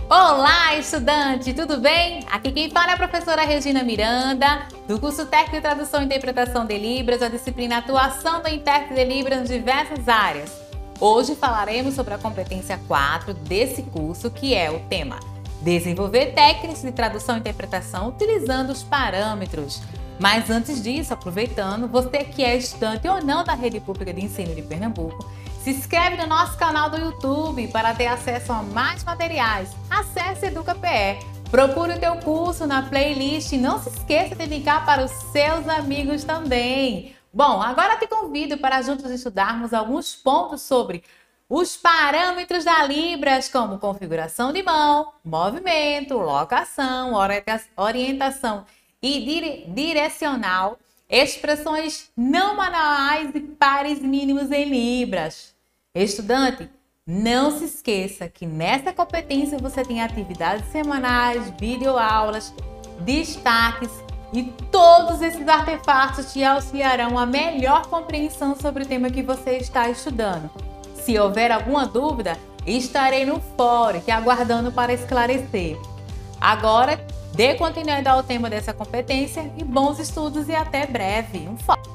Olá, estudante, tudo bem? Aqui quem fala é a professora Regina Miranda, do curso Técnico de Tradução e Interpretação de Libras, da disciplina Atuação do Intérprete de Libras em diversas áreas. Hoje falaremos sobre a competência 4 desse curso, que é o tema Desenvolver técnicas de tradução e interpretação utilizando os parâmetros. Mas antes disso, aproveitando, você que é estudante ou não da Rede Pública de Ensino de Pernambuco, se inscreve no nosso canal do YouTube para ter acesso a mais materiais. Acesse EducaPE, procure o teu curso na playlist e não se esqueça de indicar para os seus amigos também. Bom, agora te convido para juntos estudarmos alguns pontos sobre os parâmetros da Libras, como configuração de mão, movimento, locação, orientação e direcional, expressões não manuais e pares mínimos em Libras. Estudante, não se esqueça que nessa competência você tem atividades semanais, videoaulas, destaques e todos esses artefatos te auxiliarão a melhor compreensão sobre o tema que você está estudando. Se houver alguma dúvida, estarei no fórum te aguardando para esclarecer. Agora, dê continuidade ao tema dessa competência e bons estudos e até breve. Um forte